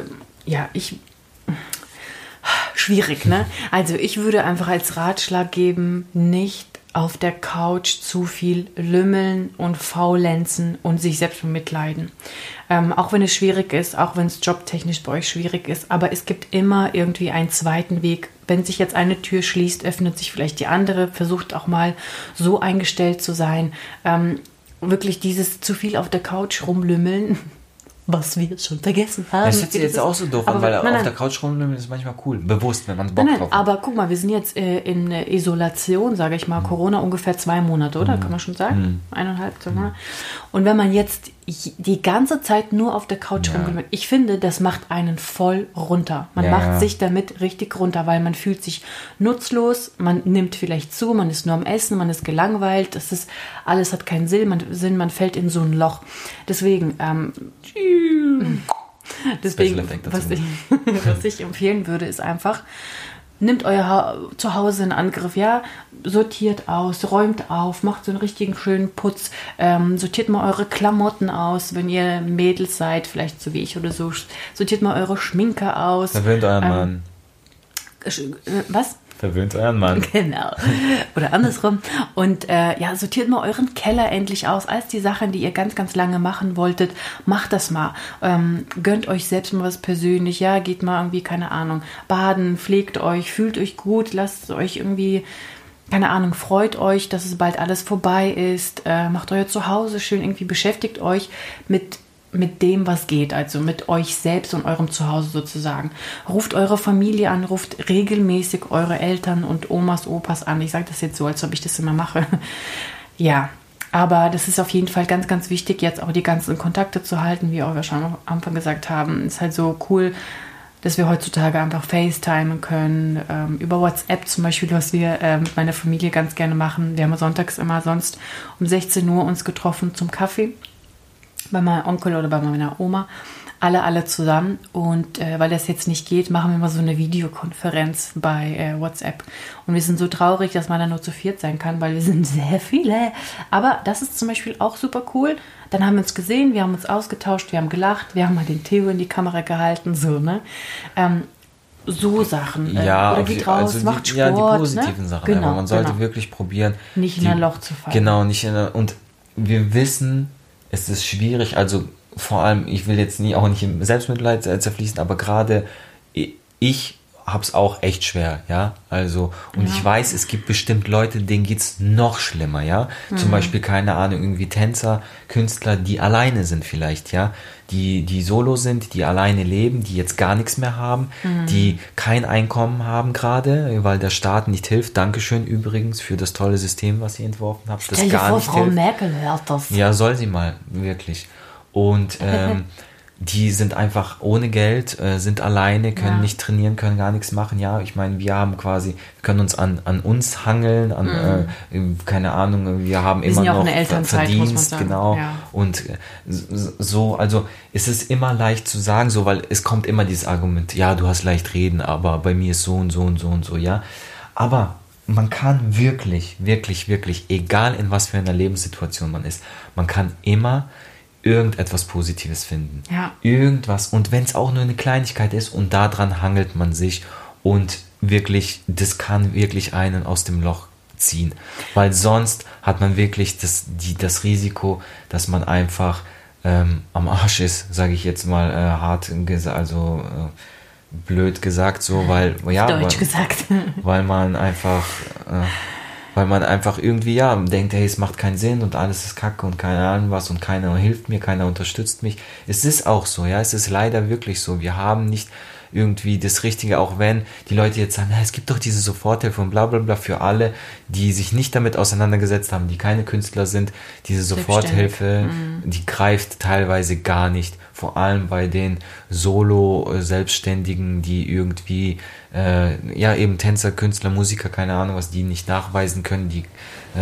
schwierig, ne? Also ich würde einfach als Ratschlag geben, nicht auf der Couch zu viel lümmeln und faulenzen und sich selbst bemitleiden. Auch wenn es schwierig ist, auch wenn es jobtechnisch bei euch schwierig ist, aber es gibt immer irgendwie einen zweiten Weg. Wenn sich jetzt eine Tür schließt, öffnet sich vielleicht die andere. Versucht auch mal so eingestellt zu sein. Wirklich dieses zu viel auf der Couch rumlümmeln, was wir schon vergessen haben. Das hört sich jetzt auch so doof an, weil auf der Couch rumlümmeln ist manchmal cool. Bewusst, wenn man Bock drauf hat. Aber guck mal, wir sind jetzt in Isolation, sage ich mal, Corona ungefähr 2 Monate, oder? Kann man schon sagen? 1,5, 2 Monate. Und wenn man jetzt die ganze Zeit nur auf der Couch rumlümmelt, ich finde, das macht einen voll runter. Man macht sich damit richtig runter, weil man fühlt sich nutzlos, man nimmt vielleicht zu, man ist nur am Essen, man ist gelangweilt, alles hat keinen Sinn, man fällt in so ein Loch. Deswegen, was ich empfehlen würde, ist einfach, nehmt euer Zuhause in Angriff, ja, sortiert aus, räumt auf, macht so einen richtigen schönen Putz, sortiert mal eure Klamotten aus, wenn ihr Mädels seid, vielleicht so wie ich oder so, sortiert mal eure Schminke aus. Verwöhnt euren Mann. Was? Verwöhnt euren Mann. Genau. Oder andersrum. Und sortiert mal euren Keller endlich aus. All die Sachen, die ihr ganz, ganz lange machen wolltet, macht das mal. Gönnt euch selbst mal was persönlich. Ja, geht mal irgendwie, keine Ahnung, baden, pflegt euch, fühlt euch gut, lasst euch irgendwie, keine Ahnung, freut euch, dass es bald alles vorbei ist. Macht euer Zuhause schön, irgendwie beschäftigt euch mit dem, was geht, also mit euch selbst und eurem Zuhause sozusagen. Ruft eure Familie an, ruft regelmäßig eure Eltern und Omas, Opas an. Ich sage das jetzt so, als ob ich das immer mache. Ja, aber das ist auf jeden Fall ganz, ganz wichtig, jetzt auch die ganzen Kontakte zu halten, wie wir schon am Anfang gesagt haben. Ist halt so cool, dass wir heutzutage einfach FaceTimen können, über WhatsApp zum Beispiel, was wir mit meiner Familie ganz gerne machen. Wir haben sonntags immer sonst um 16 Uhr uns getroffen zum Kaffee. Bei meinem Onkel oder bei meiner Oma, alle zusammen. Und weil das jetzt nicht geht, machen wir mal so eine Videokonferenz bei WhatsApp. Und wir sind so traurig, dass man da nur zu viert sein kann, weil wir sind sehr viele. Aber das ist zum Beispiel auch super cool. Dann haben wir uns gesehen, wir haben uns ausgetauscht, wir haben gelacht, wir haben mal den Theo in die Kamera gehalten, so, ne? So Sachen. Ja, oder geht raus, also macht Sport. Ja, die positiven Sachen. Genau, aber man sollte wirklich probieren. Nicht in ein Loch zu fallen. Genau, und wir wissen, es ist schwierig, also vor allem, ich will jetzt auch nicht im Selbstmitleid zerfließen, aber gerade ich habe es auch echt schwer, ja, also, und ich weiß, es gibt bestimmt Leute, denen geht's noch schlimmer, ja, zum Beispiel, keine Ahnung, irgendwie Tänzer, Künstler, die alleine sind vielleicht, ja, die solo sind, die alleine leben, die jetzt gar nichts mehr haben, die kein Einkommen haben gerade, weil der Staat nicht hilft. Dankeschön übrigens für das tolle System, was ihr entworfen habt. Stell dir vor, Frau Merkel hört das. Ja, soll sie mal, wirklich. Und die sind einfach ohne Geld, sind alleine, können nicht trainieren, können gar nichts machen. Ja, ich meine, wir haben quasi, wir können uns an uns hangeln, keine Ahnung, wir haben immer noch Verdienst, muss man sagen. Genau. Ja. Und so, also es ist immer leicht zu sagen, so, weil es kommt immer dieses Argument, ja, du hast leicht reden, aber bei mir ist so und so und so und so, ja. Aber man kann wirklich, wirklich, wirklich, egal in was für einer Lebenssituation man ist, man kann immer irgendetwas Positives finden. Ja. Irgendwas. Und wenn es auch nur eine Kleinigkeit ist und daran hangelt man sich und wirklich, das kann wirklich einen aus dem Loch ziehen. Weil sonst hat man wirklich das Risiko, dass man einfach am Arsch ist, sage ich jetzt mal hart gesagt, also blöd gesagt so, weil gesagt. Weil man einfach irgendwie, denkt, hey, es macht keinen Sinn und alles ist kacke und keine Ahnung was und keiner hilft mir, keiner unterstützt mich. Es ist auch so, ja, es ist leider wirklich so. Wir haben nicht irgendwie das Richtige, auch wenn die Leute jetzt sagen, es gibt doch diese Soforthilfe und bla bla bla für alle, die sich nicht damit auseinandergesetzt haben, die keine Künstler sind. Diese Soforthilfe, die greift teilweise gar nicht. Vor allem bei den Solo-Selbstständigen, die irgendwie eben Tänzer, Künstler, Musiker, keine Ahnung was, die nicht nachweisen können, die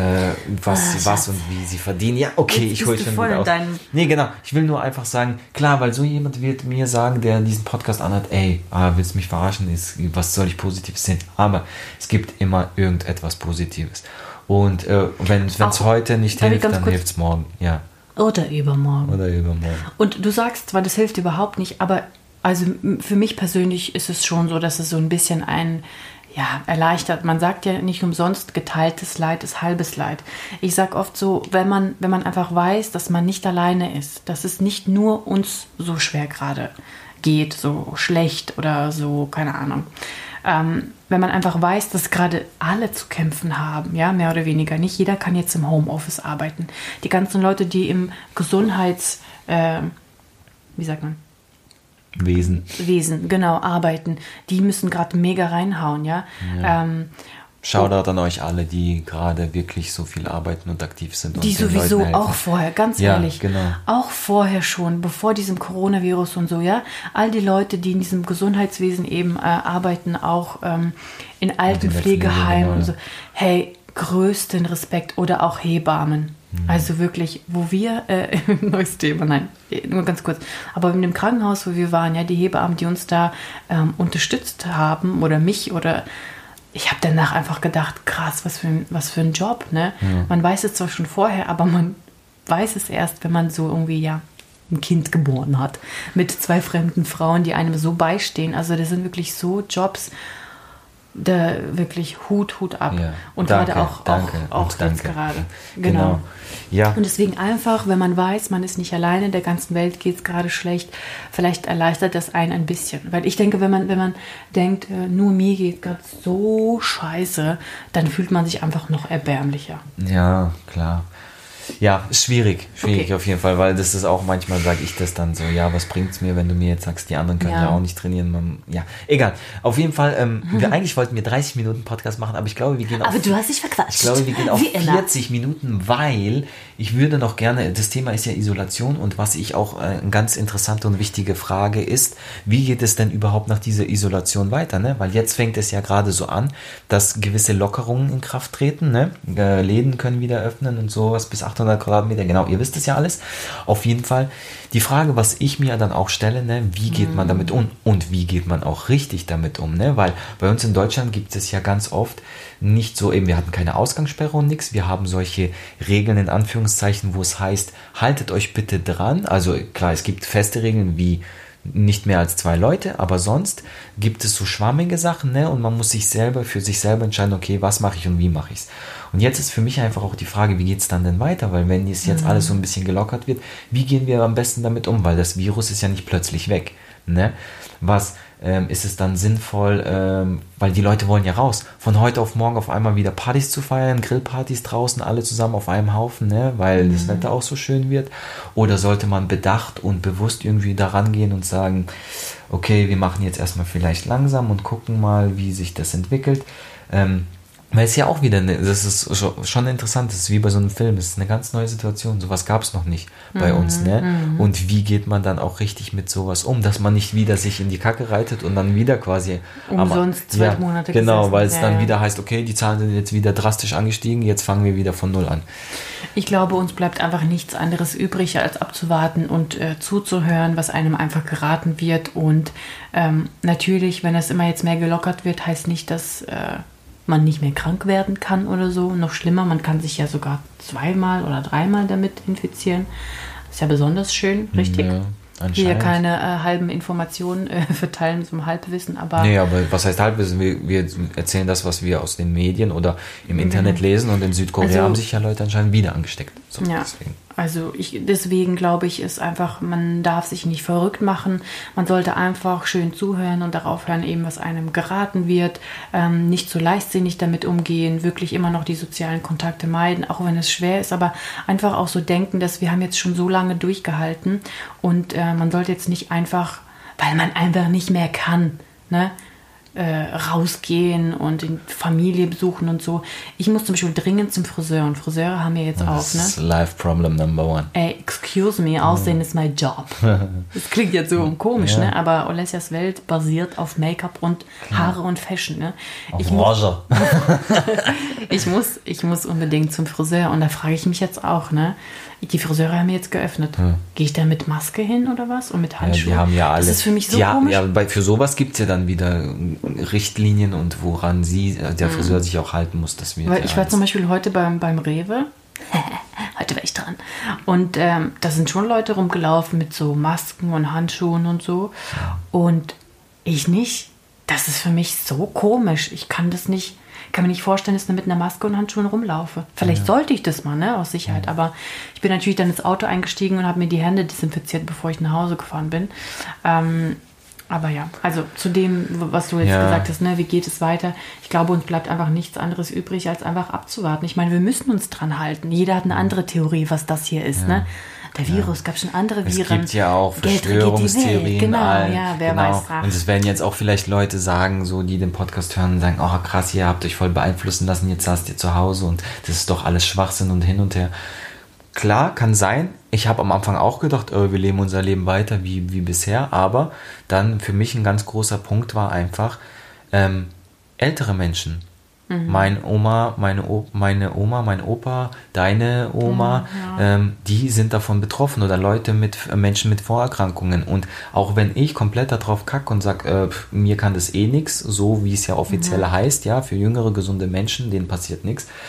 was und wie sie verdienen. Ja, okay, ich hole schon wieder aus. Nee, genau. Ich will nur einfach sagen, klar, weil so jemand wird mir sagen, der diesen Podcast anhört, ey, willst du mich verarschen? Was soll ich Positives sehen? Aber es gibt immer irgendetwas Positives. Und wenn es heute nicht hilft, dann hilft es morgen. Ja. Oder übermorgen. Und du sagst zwar, das hilft überhaupt nicht, aber also für mich persönlich ist es schon so, dass es so ein bisschen erleichtert. Man sagt ja nicht umsonst, geteiltes Leid ist halbes Leid. Ich sage oft so, wenn man einfach weiß, dass man nicht alleine ist, dass es nicht nur uns so schwer gerade geht, so schlecht oder so, keine Ahnung. Wenn man einfach weiß, dass gerade alle zu kämpfen haben, ja, mehr oder weniger. Nicht jeder kann jetzt im Homeoffice arbeiten. Die ganzen Leute, die im Wesen, genau, arbeiten, die müssen gerade mega reinhauen, ja. Shoutout an euch alle, die gerade wirklich so viel arbeiten und aktiv sind. Die sowieso auch vorher, ganz ehrlich, genau. Auch vorher schon, bevor diesem Coronavirus und so, ja. All die Leute, die in diesem Gesundheitswesen eben arbeiten, auch in Altenpflegeheimen und so. Hey, größten Respekt. Oder auch Hebammen. Also wirklich, wo wir, neues Thema, nein, nur ganz kurz, aber in dem Krankenhaus, wo wir waren, ja, die Hebammen, die uns da unterstützt haben oder mich oder ich habe danach einfach gedacht, krass, was für ein Job, ne? Ja. Man weiß es zwar schon vorher, aber man weiß es erst, wenn man so irgendwie, ein Kind geboren hat mit 2 fremden Frauen, die einem so beistehen. Also das sind wirklich so Jobs, da wirklich Hut ab. Ja. Und danke, gerade auch danke. Jetzt gerade. Genau. Ja. Und deswegen einfach, wenn man weiß, man ist nicht alleine, der ganzen Welt geht es gerade schlecht, vielleicht erleichtert das einen ein bisschen. Weil ich denke, wenn man denkt, nur mir geht gerade so scheiße, dann fühlt man sich einfach noch erbärmlicher. Ja, klar. Ja, schwierig auf jeden Fall, weil das ist auch manchmal, sage ich das dann so, ja, was bringt's mir, wenn du mir jetzt sagst, die anderen können ja auch nicht trainieren. Egal. Auf jeden Fall, eigentlich wollten wir 30 Minuten Podcast machen, aber ich glaube, wir gehen auf... Aber du hast dich verquatscht. Ich glaube, wir gehen auf 40 Minuten, weil ich würde noch gerne, das Thema ist ja Isolation und was ich auch eine ganz interessante und wichtige Frage ist, wie geht es denn überhaupt nach dieser Isolation weiter, ne? Weil jetzt fängt es ja gerade so an, dass gewisse Lockerungen in Kraft treten, ne? Läden können wieder öffnen und sowas bis 800 Quadratmeter, genau, ihr wisst es ja alles. Auf jeden Fall die Frage, was ich mir dann auch stelle, ne, wie geht man damit um und wie geht man auch richtig damit um, ne? Weil bei uns in Deutschland gibt es ja ganz oft nicht so, eben wir hatten keine Ausgangssperre und nichts, wir haben solche Regeln in Anführungszeichen, wo es heißt, haltet euch bitte dran, also klar, es gibt feste Regeln wie nicht mehr als 2 Leute, aber sonst gibt es so schwammige Sachen, ne? Und man muss für sich selber entscheiden, okay, was mache ich und wie mache ich es. Und jetzt ist für mich einfach auch die Frage, wie geht es dann denn weiter? Weil wenn es jetzt alles so ein bisschen gelockert wird, wie gehen wir am besten damit um? Weil das Virus ist ja nicht plötzlich weg, ne? Ist es dann sinnvoll, weil die Leute wollen ja raus, von heute auf morgen auf einmal wieder Partys zu feiern, Grillpartys draußen, alle zusammen auf einem Haufen, ne, weil das Wetter auch so schön wird? Oder sollte man bedacht und bewusst irgendwie daran gehen und sagen, okay, wir machen jetzt erstmal vielleicht langsam und gucken mal, wie sich das entwickelt? Weil es ja auch wieder, das ist schon interessant, das ist wie bei so einem Film, das ist eine ganz neue Situation, sowas gab es noch nicht bei uns, ne? Und wie geht man dann auch richtig mit sowas um, dass man nicht wieder sich in die Kacke reitet und dann wieder quasi umsonst 12 Monate genau, weil es dann wieder heißt, okay, die Zahlen sind jetzt wieder drastisch angestiegen, jetzt fangen wir wieder von Null an. Ich glaube, uns bleibt einfach nichts anderes übrig, als abzuwarten und zuzuhören, was einem einfach geraten wird. Und natürlich, wenn es immer jetzt mehr gelockert wird, heißt nicht, dass man nicht mehr krank werden kann oder so. Noch schlimmer, man kann sich ja sogar 2-mal oder 3-mal damit infizieren. Ist ja besonders schön, richtig? Ja. Hier keine halben Informationen verteilen, so ein Halbwissen, aber... Nee, aber was heißt Halbwissen? Wir erzählen das, was wir aus den Medien oder im Internet lesen, und in Südkorea haben sich ja Leute anscheinend wieder angesteckt. So, ja, deswegen. Also deswegen glaube ich, ist einfach, man darf sich nicht verrückt machen, man sollte einfach schön zuhören und darauf hören, eben was einem geraten wird, nicht so leichtsinnig damit umgehen, wirklich immer noch die sozialen Kontakte meiden, auch wenn es schwer ist, aber einfach auch so denken, dass wir haben jetzt schon so lange durchgehalten und man sollte jetzt nicht einfach, weil man einfach nicht mehr kann, ne, rausgehen und die Familie besuchen und so. Ich muss zum Beispiel dringend zum Friseur, und Friseure haben ja jetzt auch, ne? Das ist Life Problem Number 1. Ey, excuse me, Aussehen ist mein Job. Das klingt jetzt so komisch, ne? Aber Olesias Welt basiert auf Make-up und Haare und Fashion, ne? Ich muss unbedingt zum Friseur, und da frage ich mich jetzt auch, ne? Die Friseure haben jetzt geöffnet. Gehe ich da mit Maske hin oder was? Und mit Handschuhen? Ja, die haben ja alle. Das ist für mich so komisch. Ja, für sowas gibt es ja dann wieder Richtlinien, und woran der Friseur sich auch halten muss. Dass wir Weil ich war zum Beispiel heute beim Rewe. Heute war ich dran. Und da sind schon Leute rumgelaufen mit so Masken und Handschuhen und so. Und ich nicht. Das ist für mich so komisch. Ich kann mir nicht vorstellen, dass ich mit einer Maske und Handschuhen rumlaufe. Vielleicht sollte ich das mal, ne, aus Sicherheit. Aber ich bin natürlich dann ins Auto eingestiegen und habe mir die Hände desinfiziert, bevor ich nach Hause gefahren bin. Aber ja, also zu dem, was du jetzt gesagt hast, ne, wie geht es weiter? Ich glaube, uns bleibt einfach nichts anderes übrig, als einfach abzuwarten. Ich meine, wir müssen uns dran halten. Jeder hat eine andere Theorie, was das hier ist, ne? Der Virus, gab schon andere Viren. Es gibt ja auch Verschwörungstheorien. Genau, wer weiß. Und es werden jetzt auch vielleicht Leute sagen, so, die den Podcast hören und sagen, oh krass, ihr habt euch voll beeinflussen lassen, jetzt saßt ihr zu Hause und das ist doch alles Schwachsinn und hin und her. Klar, kann sein. Ich habe am Anfang auch gedacht, wir leben unser Leben weiter wie bisher, aber dann für mich ein ganz großer Punkt war einfach, ältere Menschen. Meine Oma, mein Opa, deine Oma, die sind davon betroffen, oder Menschen mit Vorerkrankungen. Und auch wenn ich komplett darauf kacke und sage, mir kann das eh nichts, so wie es ja offiziell heißt, ja, für jüngere, gesunde Menschen, denen passiert nichts,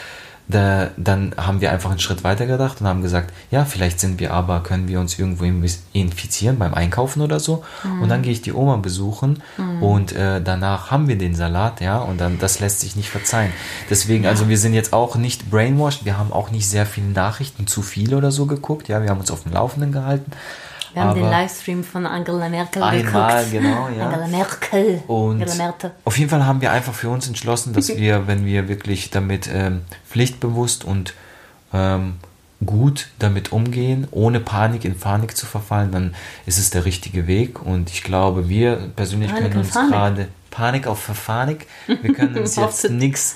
dann haben wir einfach einen Schritt weiter gedacht und haben gesagt, ja, vielleicht können wir uns irgendwo infizieren beim Einkaufen oder so. Und dann gehe ich die Oma besuchen und danach haben wir den Salat, ja, und dann, das lässt sich nicht verzeihen. Deswegen, also wir sind jetzt auch nicht brainwashed, wir haben auch nicht sehr viele Nachrichten, zu viel oder so geguckt, ja, wir haben uns auf dem Laufenden gehalten. Wir haben den Livestream von Angela Merkel geguckt. Genau, ja. Angela Merkel. Und auf jeden Fall haben wir einfach für uns entschlossen, dass wir, wenn wir wirklich damit pflichtbewusst und gut damit umgehen, ohne in Panik zu verfallen, dann ist es der richtige Weg. Und ich glaube, wir persönlich können uns gerade Panik auf Verfanik. Wir können uns jetzt nichts,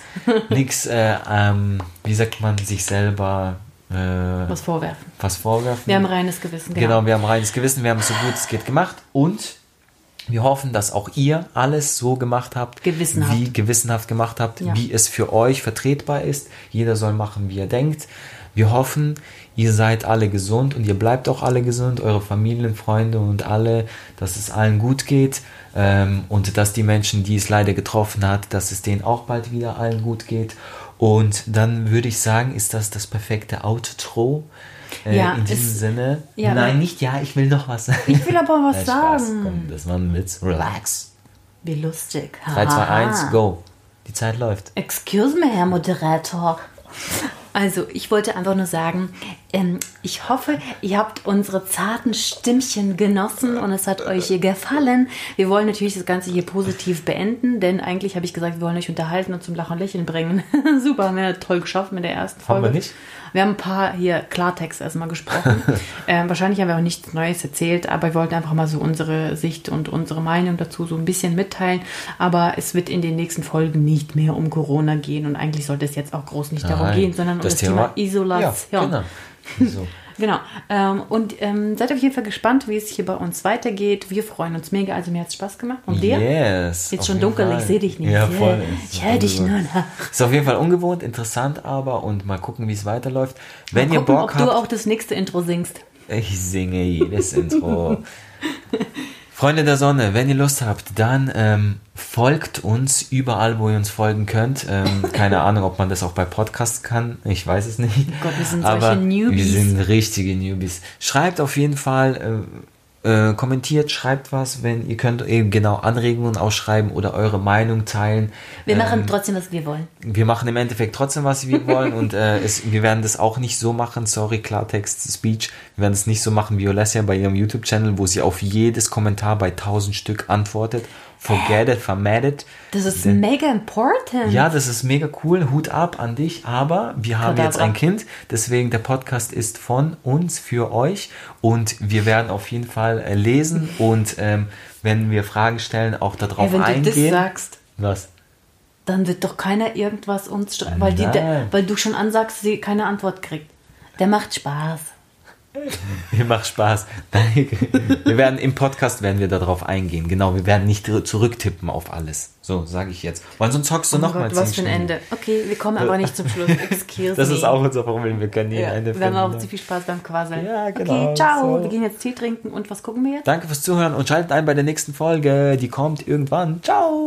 wie sagt man, sich selber was vorwerfen. Wir haben reines Gewissen. Genau, wir haben reines Gewissen. Wir haben es so gut es geht gemacht. Und wir hoffen, dass auch ihr alles so gemacht habt, gewissenhaft gemacht habt, wie es für euch vertretbar ist. Jeder soll machen, wie er denkt. Wir hoffen, ihr seid alle gesund und ihr bleibt auch alle gesund, eure Familien, Freunde und alle, dass es allen gut geht und dass die Menschen, die es leider getroffen hat, dass es denen auch bald wieder allen gut geht. Und dann würde ich sagen, ist das perfekte Outro. In diesem Sinne. Ja, nein, nicht ich will noch was sagen. Ich will aber was sagen. Komm, das war ein Witz. Relax. Wie lustig. 3, 2, 1, go. Die Zeit läuft. Excuse me, Herr Moderator. Also, ich wollte einfach nur sagen, ich hoffe, ihr habt unsere zarten Stimmchen genossen und es hat euch gefallen. Wir wollen natürlich das Ganze hier positiv beenden, denn eigentlich habe ich gesagt, wir wollen euch unterhalten und zum Lachen und Lächeln bringen. Super, haben wir toll geschafft mit der ersten Folge. Haben wir nicht? Wir haben ein paar hier Klartext erstmal gesprochen. Wahrscheinlich haben wir auch nichts Neues erzählt, aber wir wollten einfach mal so unsere Sicht und unsere Meinung dazu so ein bisschen mitteilen. Aber es wird in den nächsten Folgen nicht mehr um Corona gehen und eigentlich sollte es jetzt auch groß nicht darum gehen, sondern um das Thema Isolation. Ja, genau. So. Genau. Und seid auf jeden Fall gespannt, wie es hier bei uns weitergeht. Wir freuen uns mega. Also mir hat es Spaß gemacht. Und dir? Yes. Jetzt schon dunkel, ich sehe dich nicht. Ja, voll. Ich höre dich nur noch. Ist auf jeden Fall ungewohnt, interessant aber und mal gucken, wie es weiterläuft. Wenn ihr Bock habt, ob du auch das nächste Intro singst. Ich singe jedes Intro. Freunde der Sonne, wenn ihr Lust habt, dann folgt uns überall, wo ihr uns folgen könnt. Keine Ahnung, ob man das auch bei Podcasts kann. Ich weiß es nicht. Oh Gott, wir sind solche Newbies. Wir sind richtige Newbies. Schreibt auf jeden Fall, kommentiert, schreibt was, wenn ihr könnt eben genau Anregungen ausschreiben oder eure Meinung teilen. Wir machen trotzdem, was wir wollen. Wir machen im Endeffekt trotzdem, was wir wollen und wir werden das auch nicht so machen, sorry, Klartext, Speech, wir werden es nicht so machen wie Olesja bei ihrem YouTube-Channel, wo sie auf jedes Kommentar bei 1000 Stück antwortet. Forget it, format it. Das ist mega important. Ja, das ist mega cool. Hut ab an dich. Aber wir haben jetzt ein Kind. Deswegen der Podcast ist von uns für euch. Und wir werden auf jeden Fall lesen. Und wenn wir Fragen stellen, auch darauf eingehen. Wenn du das sagst. Was? Dann wird doch keiner irgendwas uns schreiben. Weil du schon ansagst, sie keine Antwort kriegt. Der macht Spaß. Mir macht Spaß. Wir werden im Podcast darauf eingehen. Genau, wir werden nicht zurücktippen auf alles. So, sage ich jetzt. Weil sonst hockst du nochmal. Was für ein Ende. Okay, wir kommen aber nicht zum Schluss. Excuse Das ist auch unser Problem. Wir können nie ein Ende finden. Wir haben auch zu viel Spaß beim Quasseln. Ja, genau. Okay, ciao. So. Wir gehen jetzt Tee trinken und was gucken wir jetzt? Danke fürs Zuhören und schaltet ein bei der nächsten Folge. Die kommt irgendwann.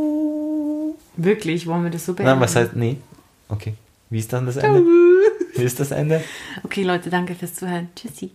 Ciao. Wirklich? Wollen wir das so beenden? Nein, was heißt, nee. Okay. Wie ist dann das Ende? Wie ist das Ende? Okay, Leute, danke fürs Zuhören. Tschüssi.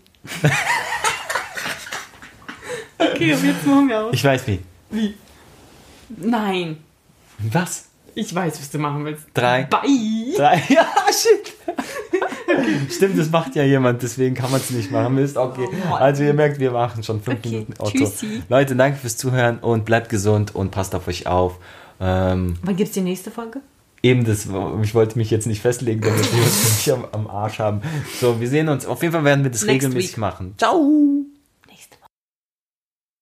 Okay, und jetzt machen wir aus. Ich weiß wie. Wie? Nein. Was? Ich weiß, was du machen willst. 3. Bye. 3. Ja, shit. Stimmt, das macht ja jemand, deswegen kann man es nicht machen. Ist okay. Also ihr merkt, wir machen schon 5 Minuten Auto. Tschüssi. Leute, danke fürs Zuhören und bleibt gesund und passt auf euch auf. Wann gibt es die nächste Folge? Eben das, ich wollte mich jetzt nicht festlegen, damit wir uns nicht am Arsch haben. So, wir sehen uns. Auf jeden Fall werden wir das regelmäßig machen. Ciao!